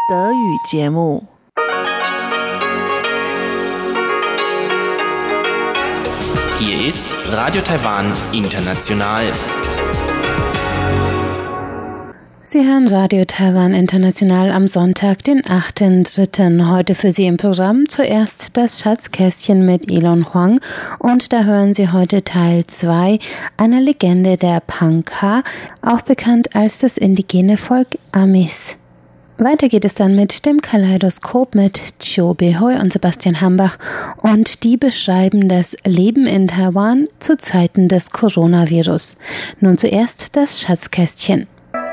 Hier ist Radio Taiwan International. Sie hören Radio Taiwan International am Sonntag, den 8.3. Heute für Sie im Programm zuerst das Schatzkästchen mit Elon Huang und da hören Sie heute Teil 2 einer Legende der Pangka, auch bekannt als das indigene Volk Amis. Weiter geht es dann mit dem Kaleidoskop mit Chiu Behui und Sebastian Hambach und die beschreiben das Leben in Taiwan zu Zeiten des Coronavirus. Nun zuerst das Schatzkästchen.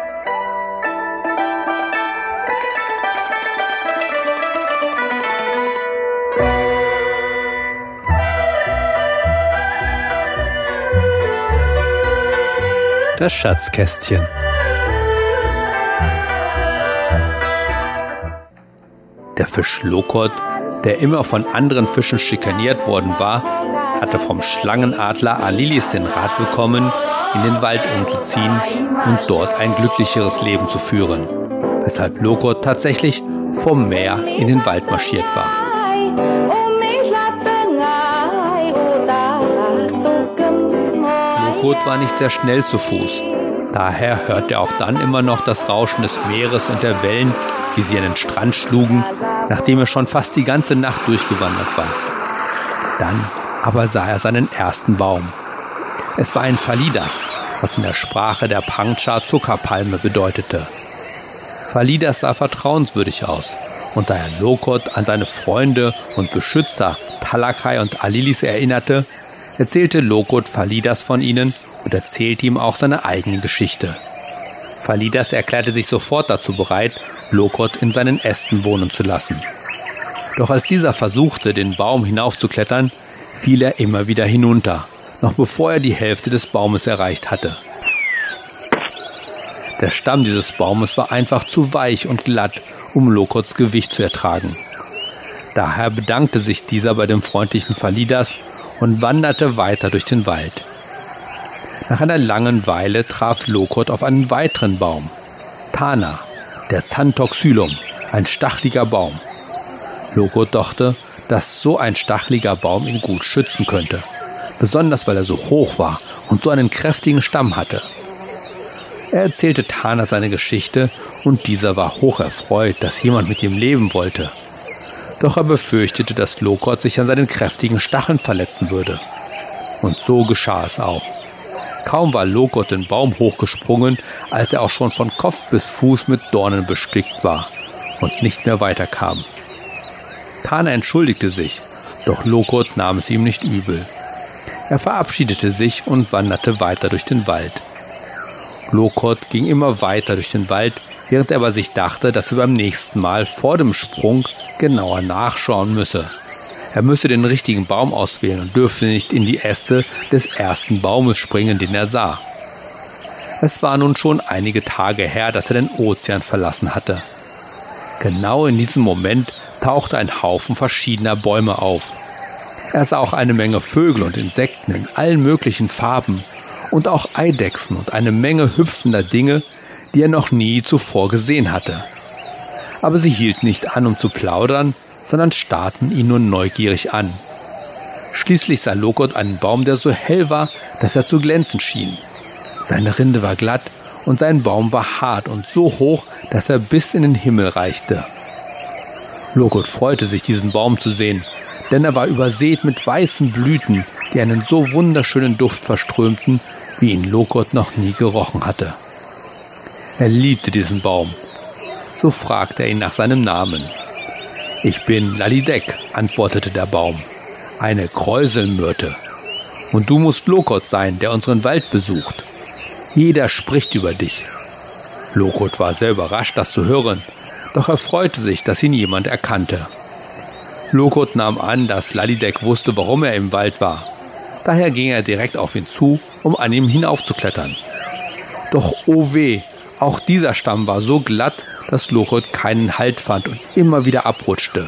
Das Schatzkästchen. Der Fisch Lokot, der immer von anderen Fischen schikaniert worden war, hatte vom Schlangenadler Alilis den Rat bekommen, in den Wald umzuziehen und dort ein glücklicheres Leben zu führen, weshalb Lokot tatsächlich vom Meer in den Wald marschiert war. Lokot war nicht sehr schnell zu Fuß, daher hörte er auch dann immer noch das Rauschen des Meeres und der Wellen, wie sie an den Strand schlugen, nachdem er schon fast die ganze Nacht durchgewandert war. Dann aber sah er seinen ersten Baum. Es war ein Falidas, was in der Sprache der Pangcha Zuckerpalme bedeutete. Falidas sah vertrauenswürdig aus, und da er Lokot an seine Freunde und Beschützer Talakai und Alilis erinnerte, erzählte Lokot Falidas von ihnen und erzählte ihm auch seine eigene Geschichte. Falidas erklärte sich sofort dazu bereit, Lokot in seinen Ästen wohnen zu lassen. Doch als dieser versuchte, den Baum hinaufzuklettern, fiel er immer wieder hinunter, noch bevor er die Hälfte des Baumes erreicht hatte. Der Stamm dieses Baumes war einfach zu weich und glatt, um Lokots Gewicht zu ertragen. Daher bedankte sich dieser bei dem freundlichen Falidas und wanderte weiter durch den Wald. Nach einer langen Weile traf Lokot auf einen weiteren Baum, Tana, der Xanthoxylum, ein stacheliger Baum. Lokot dachte, dass so ein stacheliger Baum ihn gut schützen könnte, besonders weil er so hoch war und so einen kräftigen Stamm hatte. Er erzählte Tana seine Geschichte und dieser war hoch erfreut, dass jemand mit ihm leben wollte. Doch er befürchtete, dass Lokot sich an seinen kräftigen Stacheln verletzen würde. Und so geschah es auch. Kaum war Lokot den Baum hochgesprungen, als er auch schon von Kopf bis Fuß mit Dornen bestickt war und nicht mehr weiterkam. Tana entschuldigte sich, doch Lokot nahm es ihm nicht übel. Er verabschiedete sich und wanderte weiter durch den Wald. Lokot ging immer weiter durch den Wald, während er bei sich dachte, dass er beim nächsten Mal vor dem Sprung genauer nachschauen müsse. Er müsse den richtigen Baum auswählen und dürfte nicht in die Äste des ersten Baumes springen, den er sah. Es war nun schon einige Tage her, dass er den Ozean verlassen hatte. Genau in diesem Moment tauchte ein Haufen verschiedener Bäume auf. Er sah auch eine Menge Vögel und Insekten in allen möglichen Farben und auch Eidechsen und eine Menge hüpfender Dinge, die er noch nie zuvor gesehen hatte. Aber sie hielten nicht an, um zu plaudern, sondern starrten ihn nur neugierig an. Schließlich sah Lokot einen Baum, der so hell war, dass er zu glänzen schien. Seine Rinde war glatt und sein Baum war hart und so hoch, dass er bis in den Himmel reichte. Lokot freute sich, diesen Baum zu sehen, denn er war übersät mit weißen Blüten, die einen so wunderschönen Duft verströmten, wie ihn Lokot noch nie gerochen hatte. Er liebte diesen Baum. So fragte er ihn nach seinem Namen. »Ich bin Lalidek«, antwortete der Baum, »eine Kräuselmyrte. Und du musst Lokot sein, der unseren Wald besucht. Jeder spricht über dich.« Lokot war sehr überrascht, das zu hören, doch er freute sich, dass ihn jemand erkannte. Lokot nahm an, dass Lalidek wusste, warum er im Wald war. Daher ging er direkt auf ihn zu, um an ihm hinaufzuklettern. Doch oh weh, auch dieser Stamm war so glatt, dass Lokot keinen Halt fand und immer wieder abrutschte.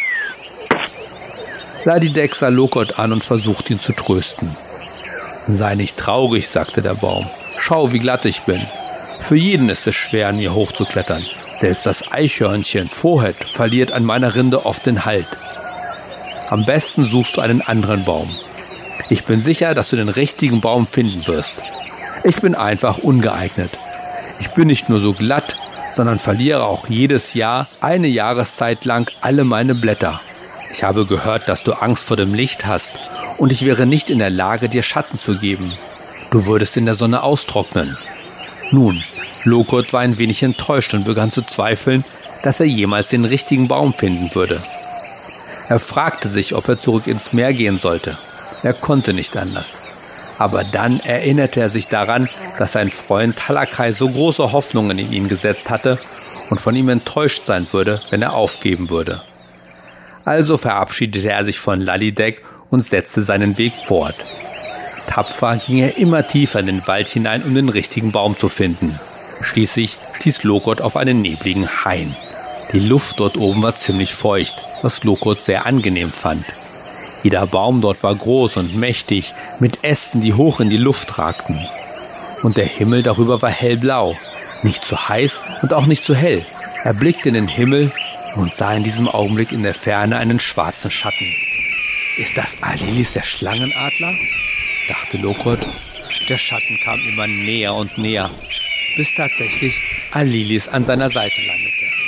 Lalidek sah Lokot an und versuchte ihn zu trösten. »Sei nicht traurig«, sagte der Baum. »Schau, wie glatt ich bin. Für jeden ist es schwer, an mir hochzuklettern. Selbst das Eichhörnchen Fohet verliert an meiner Rinde oft den Halt. Am besten suchst du einen anderen Baum. Ich bin sicher, dass du den richtigen Baum finden wirst. Ich bin einfach ungeeignet. Ich bin nicht nur so glatt, sondern verliere auch jedes Jahr eine Jahreszeit lang alle meine Blätter. Ich habe gehört, dass du Angst vor dem Licht hast und ich wäre nicht in der Lage, dir Schatten zu geben. Du würdest in der Sonne austrocknen. Nun, Lokot war ein wenig enttäuscht und begann zu zweifeln, dass er jemals den richtigen Baum finden würde. Er fragte sich, ob er zurück ins Meer gehen sollte. Er konnte nicht anders. Aber dann erinnerte er sich daran, dass sein Freund Talakai so große Hoffnungen in ihn gesetzt hatte und von ihm enttäuscht sein würde, wenn er aufgeben würde. Also verabschiedete er sich von Lalidec und setzte seinen Weg fort. Tapfer ging er immer tiefer in den Wald hinein, um den richtigen Baum zu finden. Schließlich stieß Lokot auf einen nebligen Hain. Die Luft dort oben war ziemlich feucht, was Lokot sehr angenehm fand. Jeder Baum dort war groß und mächtig, mit Ästen, die hoch in die Luft ragten. Und der Himmel darüber war hellblau, nicht zu heiß und auch nicht zu hell. Er blickte in den Himmel und sah in diesem Augenblick in der Ferne einen schwarzen Schatten. »Ist das Alilis, der Schlangenadler?« dachte Lokot. Der Schatten kam immer näher und näher, bis tatsächlich Alilis an seiner Seite landete.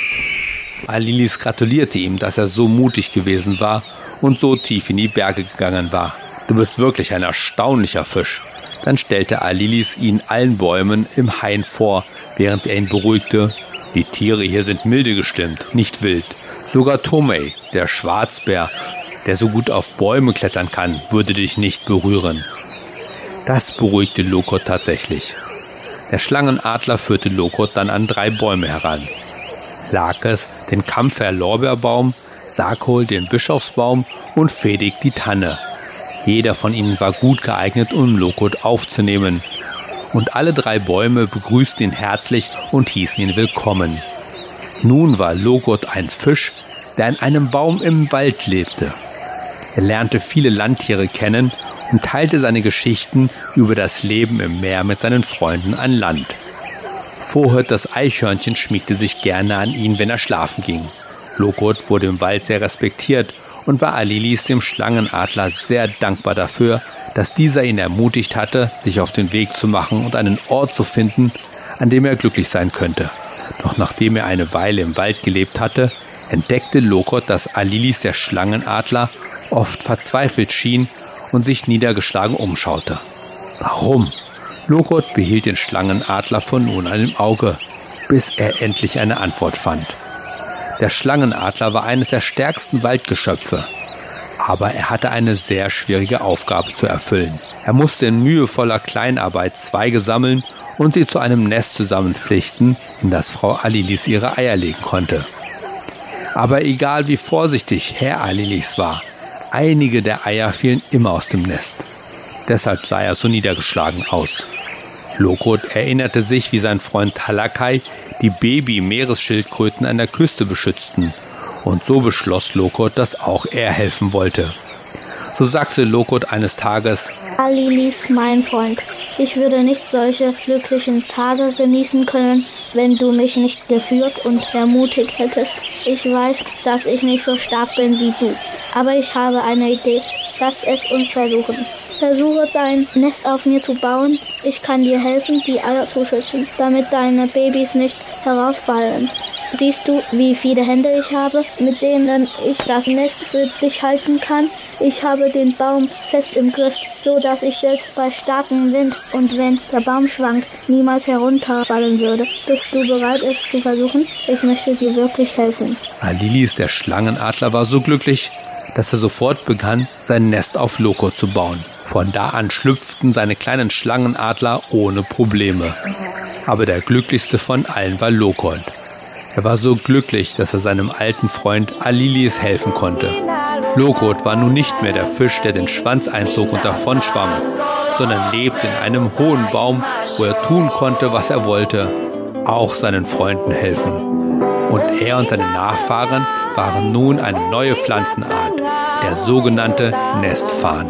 Alilis gratulierte ihm, dass er so mutig gewesen war und so tief in die Berge gegangen war. »Du bist wirklich ein erstaunlicher Fisch.« Dann stellte Alilis ihn allen Bäumen im Hain vor, während er ihn beruhigte. »Die Tiere hier sind milde gestimmt, nicht wild. Sogar Tomei, der Schwarzbär, der so gut auf Bäume klettern kann, würde dich nicht berühren.« Das beruhigte Lokot tatsächlich. Der Schlangenadler führte Lokot dann an 3 Bäume heran. Lakes, den Kampfer-Lorbeerbaum, Sakol, den Bischofsbaum und Fedig, die Tanne. Jeder von ihnen war gut geeignet, um Lokot aufzunehmen. Und alle 3 Bäume begrüßten ihn herzlich und hießen ihn willkommen. Nun war Lokot ein Fisch, der in einem Baum im Wald lebte. Er lernte viele Landtiere kennen und teilte seine Geschichten über das Leben im Meer mit seinen Freunden an Land. Fohet, das Eichhörnchen, schmiegte sich gerne an ihn, wenn er schlafen ging. Lokot wurde im Wald sehr respektiert und war Alilis, dem Schlangenadler, sehr dankbar dafür, dass dieser ihn ermutigt hatte, sich auf den Weg zu machen und einen Ort zu finden, an dem er glücklich sein könnte. Doch nachdem er eine Weile im Wald gelebt hatte, entdeckte Lokot, dass Alilis, der Schlangenadler, oft verzweifelt schien und sich niedergeschlagen umschaute. Warum? Lokot behielt den Schlangenadler von nun an im Auge, bis er endlich eine Antwort fand. Der Schlangenadler war eines der stärksten Waldgeschöpfe, aber er hatte eine sehr schwierige Aufgabe zu erfüllen. Er musste in mühevoller Kleinarbeit Zweige sammeln und sie zu einem Nest zusammenflechten, in das Frau Alilis ihre Eier legen konnte. Aber egal wie vorsichtig Herr Alilis war, einige der Eier fielen immer aus dem Nest. Deshalb sah er so niedergeschlagen aus. Lokot erinnerte sich, wie sein Freund Talakai die Baby-Meeresschildkröten an der Küste beschützten. Und so beschloss Lokot, dass auch er helfen wollte. So sagte Lokot eines Tages: Alilis, mein Freund, ich würde nicht solche glücklichen Tage genießen können, wenn du mich nicht geführt und ermutigt hättest. Ich weiß, dass ich nicht so stark bin wie du, aber ich habe eine Idee. Lass es uns versuchen. Versuche dein Nest auf mir zu bauen. Ich kann dir helfen, die Eier zu schützen, damit deine Babys nicht herausfallen. Siehst du, wie viele Hände ich habe, mit denen ich das Nest für dich halten kann? Ich habe den Baum fest im Griff, so dass ich selbst bei starkem Wind und wenn der Baum schwankt, niemals herunterfallen würde. Bist du bereit, es zu versuchen? Ich möchte dir wirklich helfen. Alilis, der Schlangenadler, war so glücklich, dass er sofort begann, sein Nest auf Lokot zu bauen. Von da an schlüpften seine kleinen Schlangenadler ohne Probleme. Aber der glücklichste von allen war Lokot. Er war so glücklich, dass er seinem alten Freund Alilis helfen konnte. Lokot war nun nicht mehr der Fisch, der den Schwanz einzog und davonschwamm, sondern lebte in einem hohen Baum, wo er tun konnte, was er wollte, auch seinen Freunden helfen. Und er und seine Nachfahren waren nun eine neue Pflanzenart, der sogenannte Nestfarn.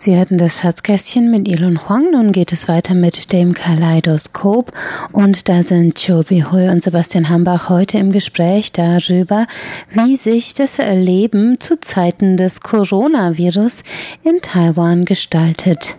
Sie hörten das Schatzkästchen mit Elon Huang. Nun geht es weiter mit dem Kaleidoskop. Und da sind Cho Bi-hui und Sebastian Hambach heute im Gespräch darüber, wie sich das Leben zu Zeiten des Coronavirus in Taiwan gestaltet.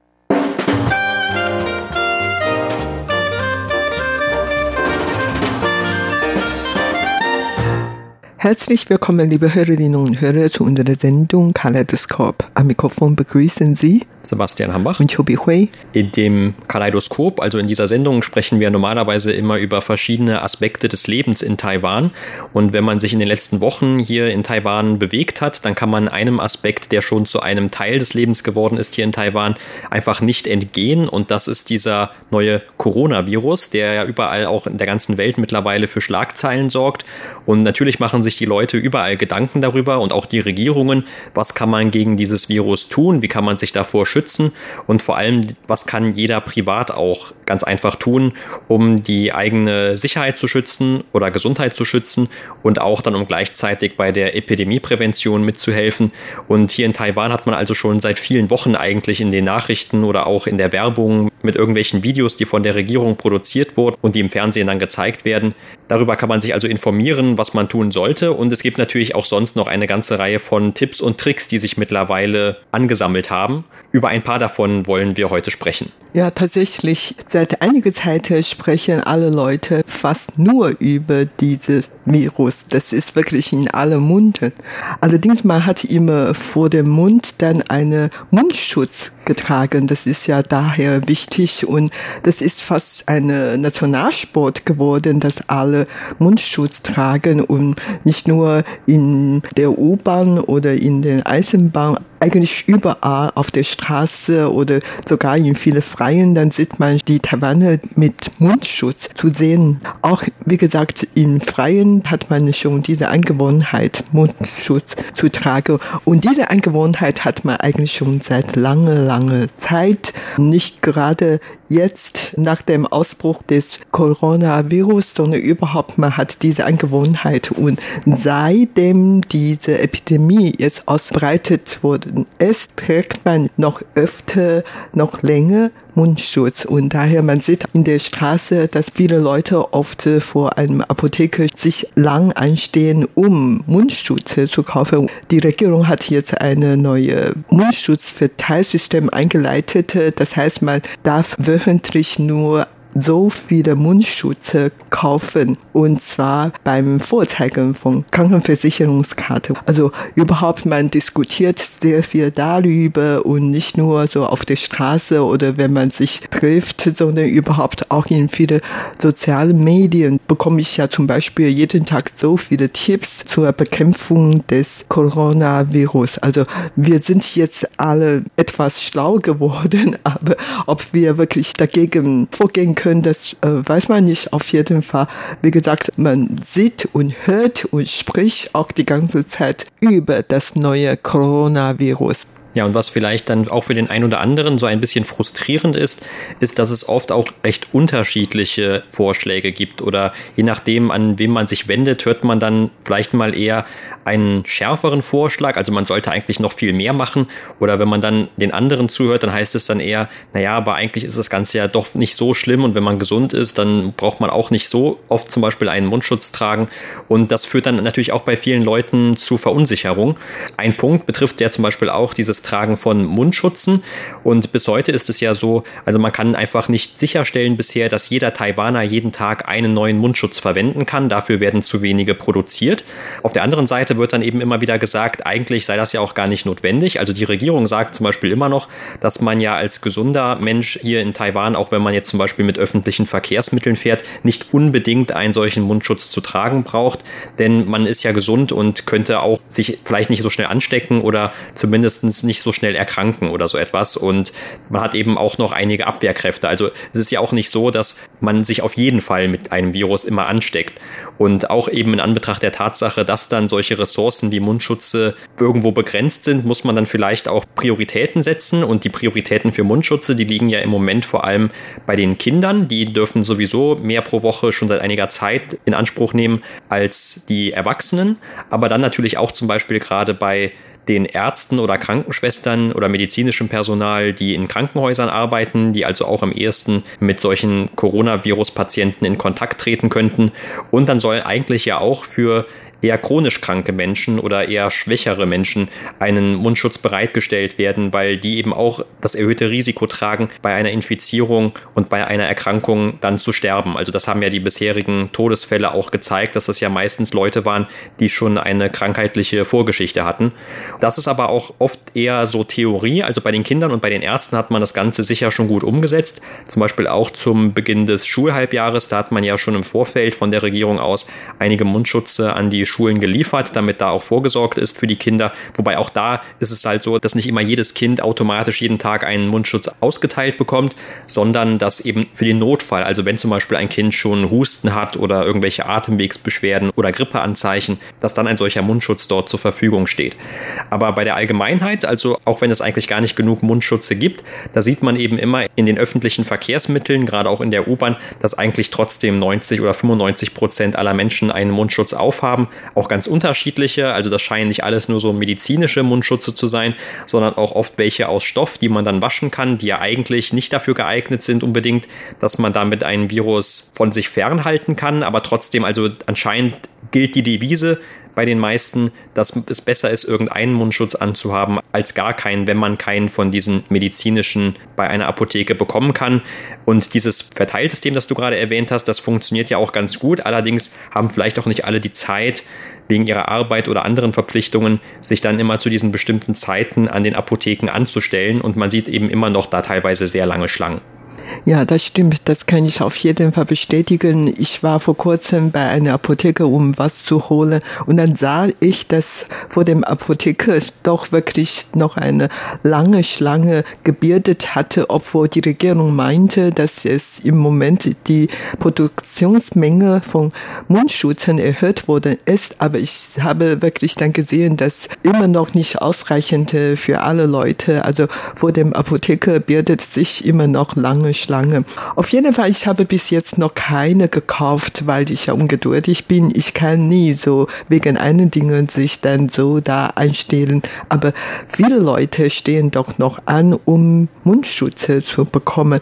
Herzlich willkommen, liebe Hörerinnen und Hörer, zu unserer Sendung Kaleidoskop. Am Mikrofon begrüßen Sie Sebastian Hambach und Cho Bi-hui. In dem Kaleidoskop, also in dieser Sendung, sprechen wir normalerweise immer über verschiedene Aspekte des Lebens in Taiwan. Und wenn man sich in den letzten Wochen hier in Taiwan bewegt hat, dann kann man einem Aspekt, der schon zu einem Teil des Lebens geworden ist hier in Taiwan, einfach nicht entgehen. Und das ist dieser neue Coronavirus, der ja überall auch in der ganzen Welt mittlerweile für Schlagzeilen sorgt. Und natürlich machen sich die Leute überall Gedanken darüber und auch die Regierungen, was kann man gegen dieses Virus tun, wie kann man sich davor schützen und vor allem, was kann jeder privat auch ganz einfach tun, um die eigene Sicherheit zu schützen oder Gesundheit zu schützen und auch dann um gleichzeitig bei der Epidemieprävention mitzuhelfen. Und hier in Taiwan hat man also schon seit vielen Wochen eigentlich in den Nachrichten oder auch in der Werbung mit irgendwelchen Videos, die von der Regierung produziert wurden und die im Fernsehen dann gezeigt werden. Darüber kann man sich also informieren, was man tun sollte. Und es gibt natürlich auch sonst noch eine ganze Reihe von Tipps und Tricks, die sich mittlerweile angesammelt haben. Über ein paar davon wollen wir heute sprechen. Ja, tatsächlich, seit einiger Zeit sprechen alle Leute fast nur über dieses Virus. Das ist wirklich in aller Munde. Allerdings, man hat immer vor dem Mund dann einen Mundschutz getragen. Das ist ja daher wichtig und das ist fast ein Nationalsport geworden, dass alle Mundschutz tragen und nicht nur in der U-Bahn oder in der Eisenbahn, eigentlich überall auf der Straße oder sogar in vielen Freien, dann sieht man die Taiwaner mit Mundschutz zu sehen. Auch, wie gesagt, im Freien hat man schon diese Angewohnheit, Mundschutz zu tragen. Und diese Angewohnheit hat man eigentlich schon seit langer Zeit. Nicht gerade jetzt nach dem Ausbruch des Coronavirus, sondern überhaupt, man hat diese Angewohnheit. Und seitdem diese Epidemie jetzt ausbreitet worden ist, trägt man noch öfter, noch länger Mundschutz. Und daher, man sieht in der Straße, dass viele Leute oft vor einem Apotheker sich lang anstehen, um Mundschutz zu kaufen. Die Regierung hat jetzt ein neues Mundschutzverteilsystem eingeleitet. Das heißt, man darf wöchentlich nur so viele Mundschutze kaufen, und zwar beim Vorzeigen von Krankenversicherungskarte. Also überhaupt, man diskutiert sehr viel darüber und nicht nur so auf der Straße oder wenn man sich trifft, sondern überhaupt auch in viele sozialen Medien bekomme ich ja zum Beispiel jeden Tag so viele Tipps zur Bekämpfung des Coronavirus. Also wir sind jetzt alle etwas schlau geworden, aber ob wir wirklich dagegen vorgehen können, das weiß man nicht. Auf jeden Fall, wie gesagt, man sieht und hört und spricht auch die ganze Zeit über das neue Coronavirus. Ja, und was vielleicht dann auch für den einen oder anderen so ein bisschen frustrierend ist, dass es oft auch recht unterschiedliche Vorschläge gibt oder je nachdem, an wen man sich wendet, hört man dann vielleicht mal eher einen schärferen Vorschlag, also man sollte eigentlich noch viel mehr machen, oder wenn man dann den anderen zuhört, dann heißt es dann eher, naja, aber eigentlich ist das Ganze ja doch nicht so schlimm und wenn man gesund ist, dann braucht man auch nicht so oft zum Beispiel einen Mundschutz tragen und das führt dann natürlich auch bei vielen Leuten zu Verunsicherung. Ein Punkt betrifft ja zum Beispiel auch dieses Tragen von Mundschutzen und bis heute ist es ja so, also man kann einfach nicht sicherstellen bisher, dass jeder Taiwaner jeden Tag einen neuen Mundschutz verwenden kann, dafür werden zu wenige produziert. Auf der anderen Seite wird dann eben immer wieder gesagt, eigentlich sei das ja auch gar nicht notwendig. Also die Regierung sagt zum Beispiel immer noch, dass man ja als gesunder Mensch hier in Taiwan, auch wenn man jetzt zum Beispiel mit öffentlichen Verkehrsmitteln fährt, nicht unbedingt einen solchen Mundschutz zu tragen braucht, denn man ist ja gesund und könnte auch sich vielleicht nicht so schnell anstecken oder zumindest nicht so schnell erkranken oder so etwas. Und man hat eben auch noch einige Abwehrkräfte. Also es ist ja auch nicht so, dass man sich auf jeden Fall mit einem Virus immer ansteckt. Und auch eben in Anbetracht der Tatsache, dass dann solche Ressourcen wie Mundschutze irgendwo begrenzt sind, muss man dann vielleicht auch Prioritäten setzen. Und die Prioritäten für Mundschutze, die liegen ja im Moment vor allem bei den Kindern. Die dürfen sowieso mehr pro Woche schon seit einiger Zeit in Anspruch nehmen als die Erwachsenen. Aber dann natürlich auch zum Beispiel gerade bei den Ärzten oder Krankenschwestern oder medizinischem Personal, die in Krankenhäusern arbeiten, die also auch am ehesten mit solchen Coronavirus-Patienten in Kontakt treten könnten. Und dann soll eigentlich ja auch für eher chronisch kranke Menschen oder eher schwächere Menschen einen Mundschutz bereitgestellt werden, weil die eben auch das erhöhte Risiko tragen, bei einer Infizierung und bei einer Erkrankung dann zu sterben. Also das haben ja die bisherigen Todesfälle auch gezeigt, dass das ja meistens Leute waren, die schon eine krankheitliche Vorgeschichte hatten. Das ist aber auch oft eher so Theorie. Also bei den Kindern und bei den Ärzten hat man das Ganze sicher schon gut umgesetzt. Zum Beispiel auch zum Beginn des Schulhalbjahres. Da hat man ja schon im Vorfeld von der Regierung aus einige Mundschutze an die Schulen geliefert, damit da auch vorgesorgt ist für die Kinder. Wobei auch da ist es halt so, dass nicht immer jedes Kind automatisch jeden Tag einen Mundschutz ausgeteilt bekommt, sondern dass eben für den Notfall, also wenn zum Beispiel ein Kind schon Husten hat oder irgendwelche Atemwegsbeschwerden oder Grippeanzeichen, dass dann ein solcher Mundschutz dort zur Verfügung steht. Aber bei der Allgemeinheit, also auch wenn es eigentlich gar nicht genug Mundschutze gibt, da sieht man eben immer in den öffentlichen Verkehrsmitteln, gerade auch in der U-Bahn, dass eigentlich trotzdem 90 oder 95% aller Menschen einen Mundschutz aufhaben. Auch ganz unterschiedliche, also das scheinen nicht alles nur so medizinische Mundschutze zu sein, sondern auch oft welche aus Stoff, die man dann waschen kann, die ja eigentlich nicht dafür geeignet sind unbedingt, dass man damit ein Virus von sich fernhalten kann, aber trotzdem, also anscheinend gilt die Devise bei den meisten, dass es besser ist, irgendeinen Mundschutz anzuhaben, als gar keinen, wenn man keinen von diesen medizinischen bei einer Apotheke bekommen kann. Und dieses Verteilsystem, das du gerade erwähnt hast, das funktioniert ja auch ganz gut. Allerdings haben vielleicht auch nicht alle die Zeit, wegen ihrer Arbeit oder anderen Verpflichtungen, sich dann immer zu diesen bestimmten Zeiten an den Apotheken anzustellen. Und man sieht eben immer noch da teilweise sehr lange Schlangen. Ja, das stimmt. Das kann ich auf jeden Fall bestätigen. Ich war vor kurzem bei einer Apotheke, um was zu holen. Und dann sah ich, dass vor dem Apotheke doch wirklich noch eine lange Schlange gebildet hatte, obwohl die Regierung meinte, dass es im Moment die Produktionsmenge von Mundschutzen erhöht worden ist. Aber ich habe wirklich dann gesehen, dass immer noch nicht ausreichend für alle Leute. Also vor dem Apotheke bildet sich immer noch lange Schlange. Auf jeden Fall, ich habe bis jetzt noch keine gekauft, weil ich ja ungeduldig bin. Ich kann nie so wegen einigen Dingen sich dann so da einstellen. Aber viele Leute stehen doch noch an, um Mundschutze zu bekommen.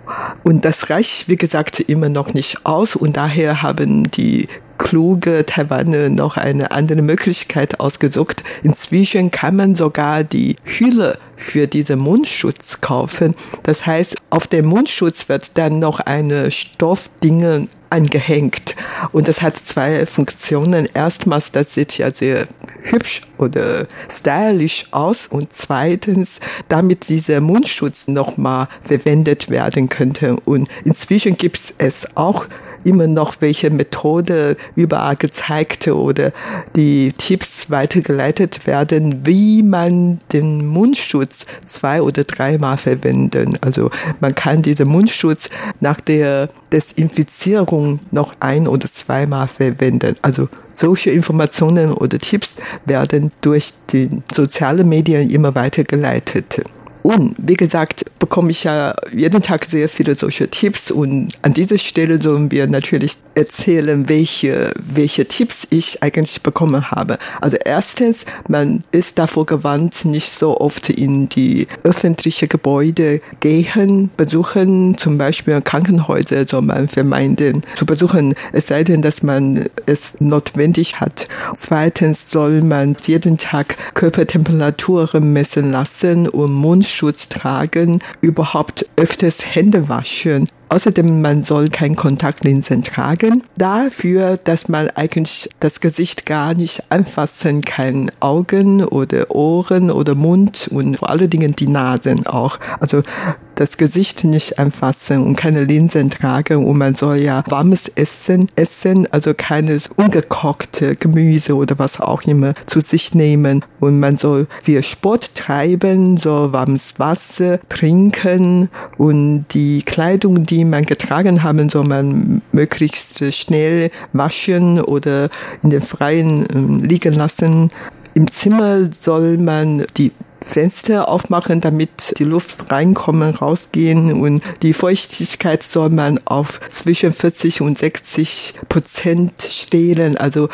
Und das reicht, wie gesagt, immer noch nicht aus. Und daher haben die kluge Taiwaner noch eine andere Möglichkeit ausgesucht. Inzwischen kann man sogar die Hülle für diesen Mundschutz kaufen. Das heißt, auf dem Mundschutz wird dann noch eine Stoffdinge angehängt. Und das hat zwei Funktionen. Erstmals, das sieht ja sehr hübsch oder stylisch aus. Und zweitens, damit dieser Mundschutz nochmal verwendet werden könnte. Und inzwischen gibt es auch immer noch welche Methode überall gezeigt oder die Tipps weitergeleitet werden, wie man den Mundschutz 2- oder 3-mal verwenden. Also man kann diesen Mundschutz nach der Desinfizierung noch 1- oder 2-mal verwenden. Also solche Informationen oder Tipps werden durch die sozialen Medien immer weitergeleitet. Und wie gesagt, bekomme ich ja jeden Tag sehr viele solche Tipps und an dieser Stelle sollen wir natürlich erzählen, welche Tipps ich eigentlich bekommen habe. Also erstens, man ist davor gewarnt, nicht so oft in die öffentlichen Gebäude gehen, besuchen, zum Beispiel Krankenhäuser soll man vermeiden zu besuchen, es sei denn, dass man es notwendig hat. Zweitens soll man jeden Tag Körpertemperaturen messen lassen und Mundschutz tragen, überhaupt öfters Hände waschen. Außerdem, man soll keine Kontaktlinsen tragen. Dafür, dass man eigentlich das Gesicht gar nicht anfassen kann. Augen oder Ohren oder Mund und vor allen Dingen die Nasen auch. Also das Gesicht nicht anfassen und keine Linsen tragen. Und man soll ja warmes Essen, also keines ungekochte Gemüse oder was auch immer zu sich nehmen. Und man soll viel Sport treiben, so warmes Wasser trinken und die Kleidung, die man getragen haben, soll man möglichst schnell waschen oder in den Freien liegen lassen. Im Zimmer soll man die Fenster aufmachen, damit die Luft reinkommen, rausgehen und die Feuchtigkeit soll man auf zwischen 40% und 60% stellen. Also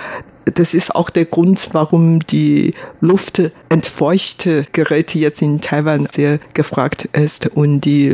das ist auch der Grund, warum die Luftentfeuchtgeräte jetzt in Taiwan sehr gefragt ist und die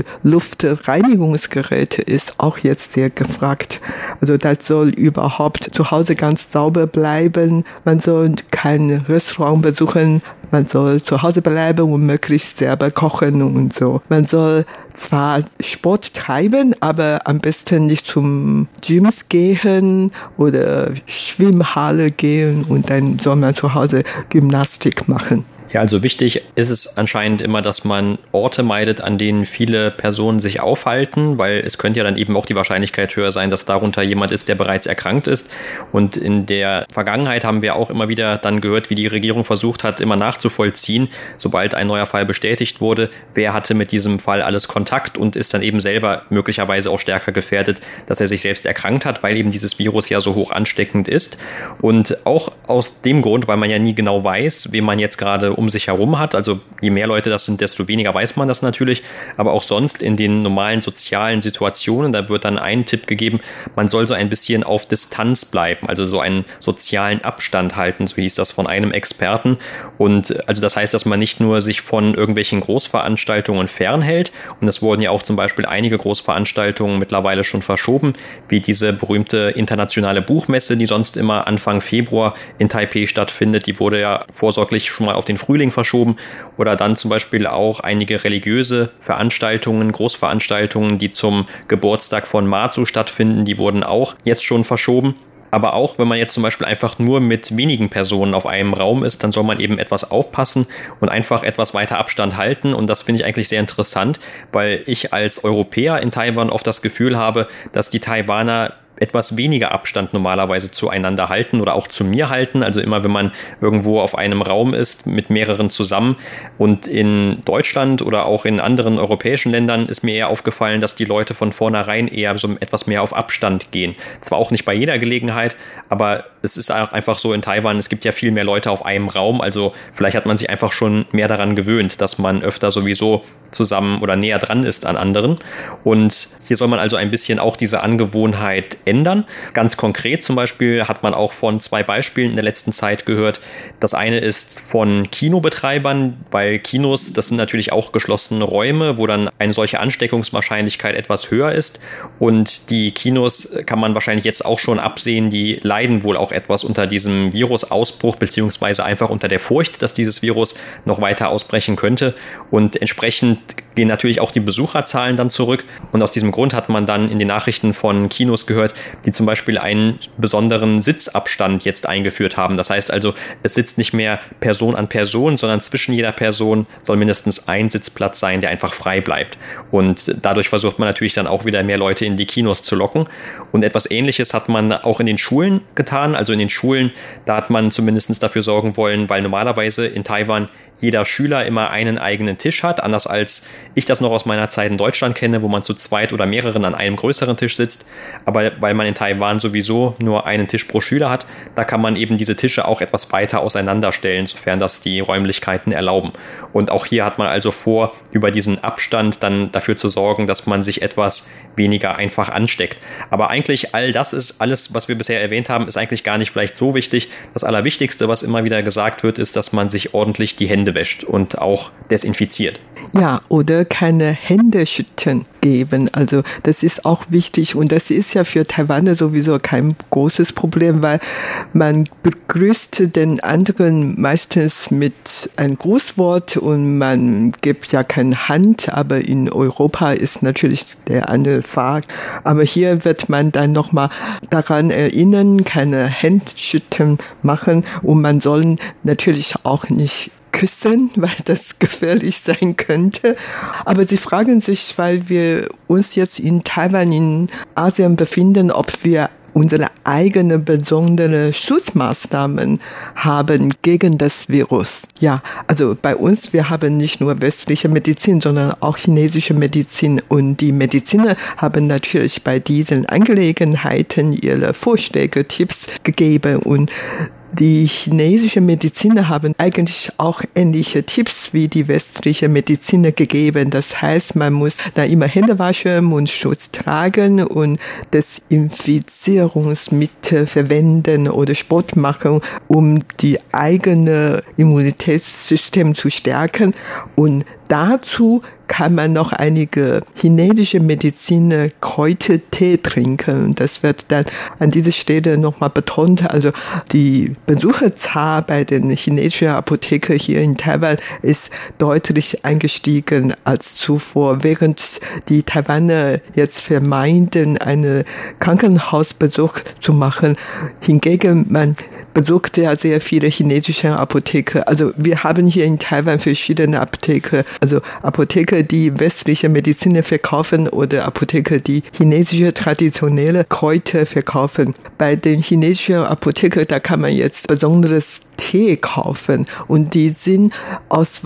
Luftreinigungsgeräte ist auch jetzt sehr gefragt. Also das soll überhaupt zu Hause ganz sauber bleiben. Man soll kein Restaurant besuchen. Man soll zu Hause bleiben und möglichst selber kochen und so. Man soll zwar Sport treiben, aber am besten nicht zum Gyms gehen oder Schwimmhalle gehen und dann soll man zu Hause Gymnastik machen. Ja, also wichtig ist es anscheinend immer, dass man Orte meidet, an denen viele Personen sich aufhalten, weil es könnte ja dann eben auch die Wahrscheinlichkeit höher sein, dass darunter jemand ist, der bereits erkrankt ist. Und in der Vergangenheit haben wir auch immer wieder dann gehört, wie die Regierung versucht hat, immer nachzuvollziehen, sobald ein neuer Fall bestätigt wurde, wer hatte mit diesem Fall alles Kontakt und ist dann eben selber möglicherweise auch stärker gefährdet, dass er sich selbst erkrankt hat, weil eben dieses Virus ja so hoch ansteckend ist. Und auch aus dem Grund, weil man ja nie genau weiß, wen man jetzt gerade um sich herum hat. Also je mehr Leute das sind, desto weniger weiß man das natürlich. Aber auch sonst in den normalen sozialen Situationen, da wird dann ein Tipp gegeben, man soll so ein bisschen auf Distanz bleiben, also so einen sozialen Abstand halten, so hieß das von einem Experten. Und also das heißt, dass man nicht nur sich von irgendwelchen Großveranstaltungen fernhält. Und es wurden ja auch zum Beispiel einige Großveranstaltungen mittlerweile schon verschoben, wie diese berühmte internationale Buchmesse, die sonst immer Anfang Februar in Taipei stattfindet. Die wurde ja vorsorglich schon mal auf den Frühling verschoben, oder dann zum Beispiel auch einige religiöse Veranstaltungen, Großveranstaltungen, die zum Geburtstag von Mazu stattfinden, die wurden auch jetzt schon verschoben. Aber auch wenn man jetzt zum Beispiel einfach nur mit wenigen Personen auf einem Raum ist, dann soll man eben etwas aufpassen und einfach etwas weiter Abstand halten. Und das finde ich eigentlich sehr interessant, weil ich als Europäer in Taiwan oft das Gefühl habe, dass die Taiwaner etwas weniger Abstand normalerweise zueinander halten oder auch zu mir halten. Also immer, wenn man irgendwo auf einem Raum ist mit mehreren zusammen. Und in Deutschland oder auch in anderen europäischen Ländern ist mir eher aufgefallen, dass die Leute von vornherein eher so etwas mehr auf Abstand gehen. Zwar auch nicht bei jeder Gelegenheit, aber es ist auch einfach so in Taiwan, es gibt ja viel mehr Leute auf einem Raum. Also vielleicht hat man sich einfach schon mehr daran gewöhnt, dass man öfter sowieso zusammen oder näher dran ist an anderen. Und hier soll man also ein bisschen auch diese Angewohnheit ändern. Ganz konkret zum Beispiel hat man auch von 2 Beispielen in der letzten Zeit gehört. Das eine ist von Kinobetreibern, weil Kinos, das sind natürlich auch geschlossene Räume, wo dann eine solche Ansteckungswahrscheinlichkeit etwas höher ist. Und die Kinos kann man wahrscheinlich jetzt auch schon absehen, die leiden wohl auch etwas unter diesem Virusausbruch, beziehungsweise einfach unter der Furcht, dass dieses Virus noch weiter ausbrechen könnte. Und entsprechend gehen natürlich auch die Besucherzahlen dann zurück. Und aus diesem Grund hat man dann in den Nachrichten von Kinos gehört, die zum Beispiel einen besonderen Sitzabstand jetzt eingeführt haben. Das heißt also, es sitzt nicht mehr Person an Person, sondern zwischen jeder Person soll mindestens ein Sitzplatz sein, der einfach frei bleibt. Und dadurch versucht man natürlich dann auch wieder mehr Leute in die Kinos zu locken. Und etwas Ähnliches hat man auch in den Schulen getan. Also in den Schulen, da hat man zumindest dafür sorgen wollen, weil normalerweise in Taiwan jeder Schüler immer einen eigenen Tisch hat, anders als ich das noch aus meiner Zeit in Deutschland kenne, wo man zu zweit oder mehreren an einem größeren Tisch sitzt. Aber weil man in Taiwan sowieso nur einen Tisch pro Schüler hat, da kann man eben diese Tische auch etwas weiter auseinanderstellen, sofern das die Räumlichkeiten erlauben. Und auch hier hat man also vor, über diesen Abstand dann dafür zu sorgen, dass man sich etwas weniger einfach ansteckt. Aber eigentlich alles, was wir bisher erwähnt haben, ist eigentlich gar nicht vielleicht so wichtig. Das Allerwichtigste, was immer wieder gesagt wird, ist, dass man sich ordentlich die Hände wäscht und auch desinfiziert. Ja, oder keine Händeschütteln geben. Also das ist auch wichtig und das ist ja für Taiwaner sowieso kein großes Problem, weil man begrüßt den anderen meistens mit einem Grußwort und man gibt ja keine Hand, aber in Europa ist natürlich der andere Fall. Aber hier wird man dann nochmal daran erinnern, keine Händeschütteln machen und man soll natürlich auch nicht küssen, weil das gefährlich sein könnte. Aber sie fragen sich, weil wir uns jetzt in Taiwan, in Asien befinden, ob wir unsere eigenen besonderen Schutzmaßnahmen haben gegen das Virus. Ja, also bei uns, wir haben nicht nur westliche Medizin, sondern auch chinesische Medizin. Und die Mediziner haben natürlich bei diesen Angelegenheiten ihre Vorschläge, Tipps gegeben. Und die chinesischen Mediziner haben eigentlich auch ähnliche Tipps wie die westliche Mediziner gegeben. Das heißt, man muss da immer Hände waschen, Mundschutz tragen und Desinfizierungsmittel verwenden oder Sport machen, um die eigene Immunitätssystem zu stärken. Und dazu kann man noch einige chinesische Mediziner Kräutertee trinken. Und das wird dann an dieser Stelle nochmal betont. Also die Besucherzahl bei den chinesischen Apotheken hier in Taiwan ist deutlich angestiegen als zuvor. Während die Taiwaner jetzt vermeiden, einen Krankenhausbesuch zu machen, hingegen man besucht ja sehr viele chinesische Apotheken. Also wir haben hier in Taiwan verschiedene Apotheken. Also Apotheken, die westliche Medizin verkaufen oder Apotheken, die chinesische traditionelle Kräuter verkaufen. Bei den chinesischen Apotheken, da kann man jetzt besonderes Tee kaufen und die sind aus,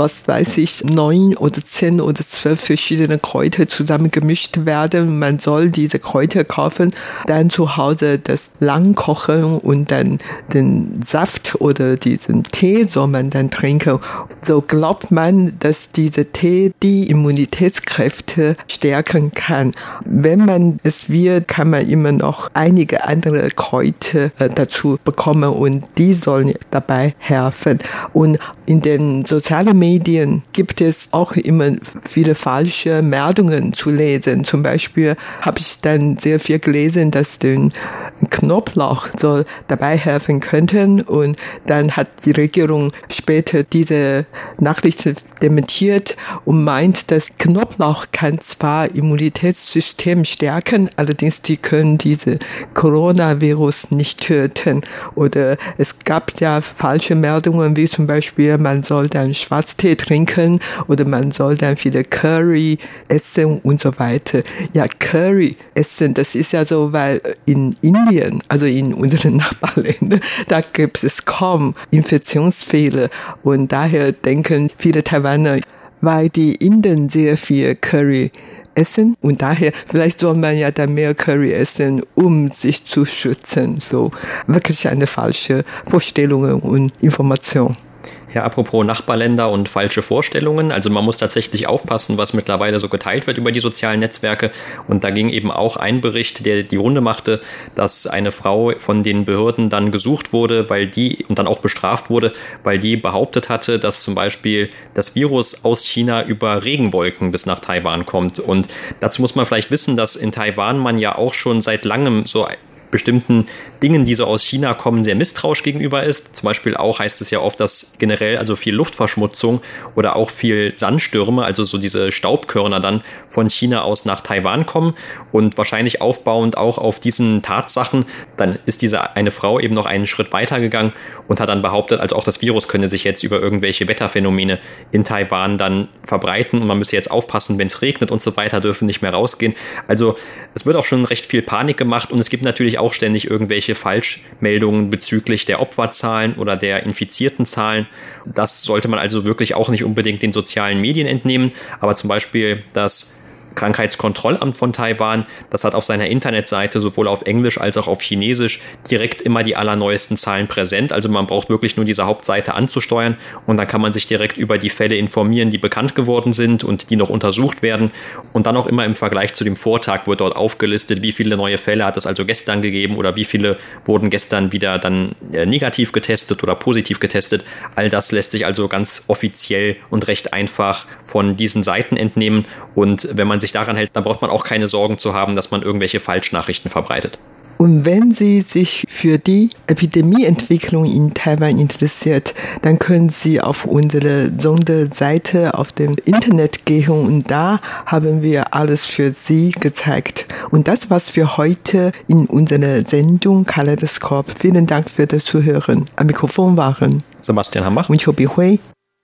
9 oder 10 oder 12 verschiedene Kräuter zusammen gemischt werden. Man soll diese Kräuter kaufen, dann zu Hause das lang kochen und dann den Saft oder diesen Tee soll man dann trinken. So glaubt man, dass dieser Tee die Immunitätskräfte stärken kann. Wenn man es will, kann man immer noch einige andere Kräuter dazu bekommen und die sollen dabei helfen. Und in den sozialen Medien gibt es auch immer viele falsche Meldungen zu lesen. Zum Beispiel habe ich dann sehr viel gelesen, dass den Knoblauch soll dabei helfen könnten und dann hat die Regierung später diese Nachricht dementiert und meint, dass Knoblauch kann zwar Immunitätssystem stärken, allerdings die können diese Coronavirus nicht töten. Oder es gab ja falsche Meldungen, wie zum Beispiel, man soll dann Schwarztee trinken oder man soll dann viele Curry essen und so weiter. Ja, Curry essen, das ist ja so, weil in Indien, also in unseren Nachbarländern, da gibt es kaum Infektionsfälle und daher denken viele Taiwaner, weil die Inder sehr viel Curry essen und daher vielleicht soll man ja dann mehr Curry essen, um sich zu schützen. So wirklich eine falsche Vorstellung und Information. Ja, apropos Nachbarländer und falsche Vorstellungen. Also man muss tatsächlich aufpassen, was mittlerweile so geteilt wird über die sozialen Netzwerke. Und da ging eben auch ein Bericht, der die Runde machte, dass eine Frau von den Behörden dann gesucht wurde, weil die und dann auch bestraft wurde, weil die behauptet hatte, dass zum Beispiel das Virus aus China über Regenwolken bis nach Taiwan kommt. Und dazu muss man vielleicht wissen, dass in Taiwan man ja auch schon seit langem so bestimmten Dingen, die so aus China kommen, sehr misstrauisch gegenüber ist. Zum Beispiel auch heißt es ja oft, dass generell also viel Luftverschmutzung oder auch viel Sandstürme, also so diese Staubkörner dann von China aus nach Taiwan kommen und wahrscheinlich aufbauend auch auf diesen Tatsachen, dann ist diese eine Frau eben noch einen Schritt weiter gegangen und hat dann behauptet, also auch das Virus könne sich jetzt über irgendwelche Wetterphänomene in Taiwan dann verbreiten und man müsse jetzt aufpassen, wenn es regnet und so weiter, dürfen nicht mehr rausgehen. Also es wird auch schon recht viel Panik gemacht und es gibt natürlich auch ständig irgendwelche Falschmeldungen bezüglich der Opferzahlen oder der infizierten Zahlen. Das sollte man also wirklich auch nicht unbedingt den sozialen Medien entnehmen, aber zum Beispiel das Krankheitskontrollamt von Taiwan, das hat auf seiner Internetseite sowohl auf Englisch als auch auf Chinesisch direkt immer die allerneuesten Zahlen präsent. Also man braucht wirklich nur diese Hauptseite anzusteuern und dann kann man sich direkt über die Fälle informieren, die bekannt geworden sind und die noch untersucht werden. Und dann auch immer im Vergleich zu dem Vortag wird dort aufgelistet, wie viele neue Fälle hat es also gestern gegeben oder wie viele wurden gestern wieder dann negativ getestet oder positiv getestet. All das lässt sich also ganz offiziell und recht einfach von diesen Seiten entnehmen. Und wenn man sich daran hält, dann braucht man auch keine Sorgen zu haben, dass man irgendwelche Falschnachrichten verbreitet. Und wenn Sie sich für die Epidemieentwicklung in Taiwan interessiert, dann können Sie auf unsere Sonderseite auf dem Internet gehen und da haben wir alles für Sie gezeigt. Und das war's für heute in unserer Sendung Kaleidoskop. Vielen Dank für das Zuhören. Am Mikrofon waren Sebastian Hambach und Chobi Hui.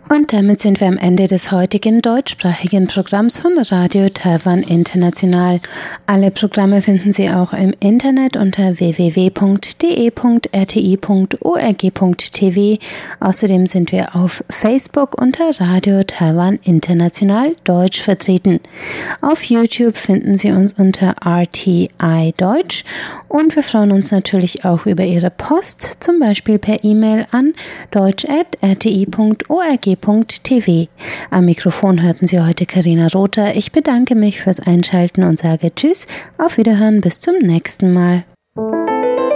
Und damit sind wir am Ende des heutigen deutschsprachigen Programms von Radio Taiwan International. Alle Programme finden Sie auch im Internet unter www.de.rti.org.tv. Außerdem sind wir auf Facebook unter Radio Taiwan International Deutsch vertreten. Auf YouTube finden Sie uns unter RTI Deutsch und wir freuen uns natürlich auch über Ihre Post, zum Beispiel per E-Mail an deutsch@rti.org.tv. Am Mikrofon hörten Sie heute Carina Rother. Ich bedanke mich fürs Einschalten und sage Tschüss, auf Wiederhören, bis zum nächsten Mal.